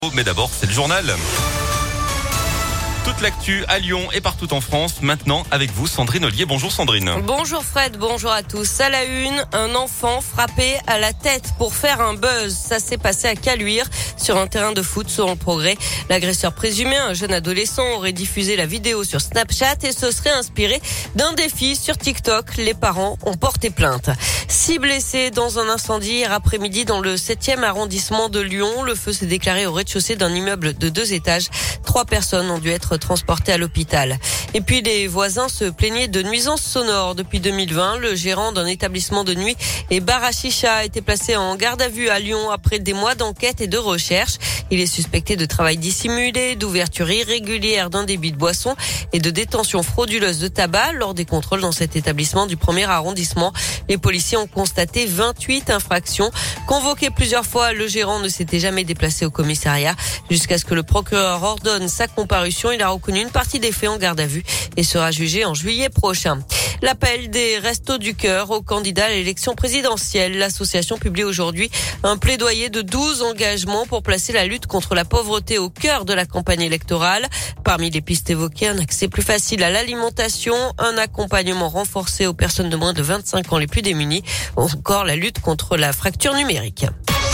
Mais d'abord, c'est le journal. Toute l'actu à Lyon et partout en France, maintenant avec vous Sandrine Ollier. Bonjour Sandrine. Bonjour Fred, bonjour à tous. À la une, un enfant frappé à la tête pour faire un buzz. Ça s'est passé à Caluire, sur un terrain de foot selon le Progrès. L'agresseur présumé, un jeune adolescent, aurait diffusé la vidéo sur Snapchat et se serait inspiré d'un défi sur TikTok. Les parents ont porté plainte. 6 blessés dans un incendie hier après-midi dans le 7e arrondissement de Lyon. Le feu s'est déclaré au rez-de-chaussée d'un immeuble de 2 étages. 3 personnes ont dû être transportées à l'hôpital. Et puis les voisins se plaignaient de nuisances sonores. Depuis 2020, le gérant d'un établissement de nuit et bar à chicha a été placé en garde à vue à Lyon après des mois d'enquête et de recherche. Il est suspecté de travail dissimulé, d'ouverture irrégulière d'un débit de boisson et de détention frauduleuse de tabac lors des contrôles dans cet établissement du 1er arrondissement. Les policiers ont constaté 28 infractions. Convoqué plusieurs fois, le gérant ne s'était jamais déplacé au commissariat jusqu'à ce que le procureur ordonne sa comparution. Il a reconnu une partie des faits en garde à vue et sera jugé en juillet prochain. L'appel des Restos du Cœur aux candidats à l'élection présidentielle. L'association publie aujourd'hui un plaidoyer de 12 engagements pour placer la lutte contre la pauvreté au cœur de la campagne électorale. Parmi les pistes évoquées, un accès plus facile à l'alimentation, un accompagnement renforcé aux personnes de moins de 25 ans les plus démunies, ou encore la lutte contre la fracture numérique.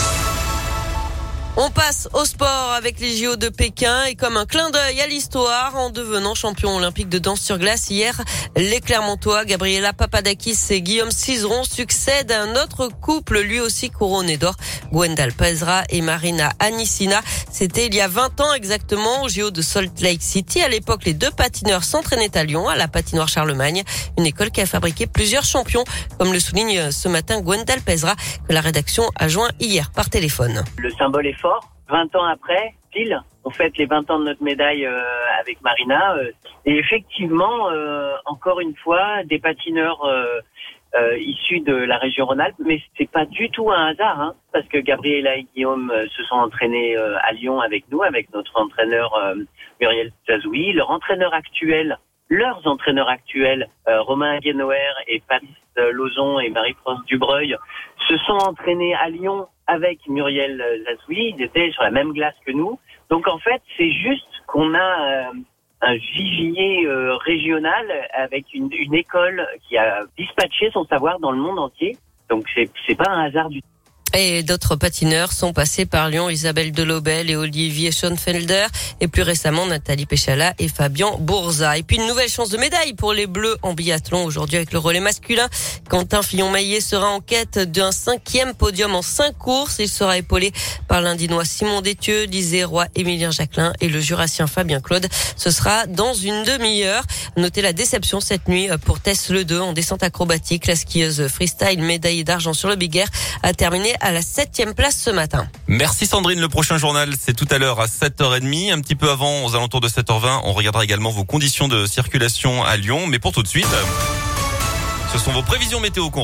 On passe au sport avec les JO de Pékin et comme un clin d'œil à l'histoire, en devenant champion olympique de danse sur glace hier, les Clermontois, Gabriela Papadakis et Guillaume Cizeron succèdent à un autre couple lui aussi couronné d'or, Gwendal Pesra et Marina Anissina. C'était il y a 20 ans exactement aux JO de Salt Lake City. À l'époque, les deux patineurs s'entraînaient à Lyon, à la patinoire Charlemagne, une école qui a fabriqué plusieurs champions, comme le souligne ce matin Gwendal Pesra, que la rédaction a joint hier par téléphone. Le symbole est fort. 20 ans après, pile, on fête les 20 ans de notre médaille avec Marina. Et effectivement, encore une fois, des patineurs issus de la région Rhône-Alpes. Mais c'est pas du tout un hasard, parce que Gabriela et Guillaume se sont entraînés à Lyon avec nous, avec notre entraîneur Muriel Jazoui. Leurs entraîneurs actuels, Romain Guénoer et Paris Lauzon et Marie-France Dubreuil, se sont entraînés à Lyon avec Muriel Jazoui. Ils étaient sur la même glace que nous. Donc en fait, c'est juste qu'on a un vivier régional avec une école qui a dispatché son savoir dans le monde entier. Donc c'est pas un hasard du tout. Et d'autres patineurs sont passés par Lyon, Isabelle Delobel et Olivier Schoenfelder, et plus récemment Nathalie Péchala et Fabien Bourza. Et puis une nouvelle chance de médaille pour les Bleus en biathlon aujourd'hui avec le relais masculin. Quentin Fillon-Maillet sera en quête d'un 5e podium en 5 courses. Il sera épaulé par l'Indinois Simon Détieux, l'Isée Roy, Émilien Jacquelin et le Jurassien Fabien Claude. Ce sera dans une demi-heure. Notez la déception cette nuit pour Tess Ledeux en descente acrobatique. La skieuse freestyle médaillée d'argent sur le Big Air a terminé à la 7e place ce matin. Merci Sandrine. Le prochain journal, c'est tout à l'heure à 7h30. Un petit peu avant, aux alentours de 7h20, on regardera également vos conditions de circulation à Lyon. Mais pour tout de suite, ce sont vos prévisions météo qu'on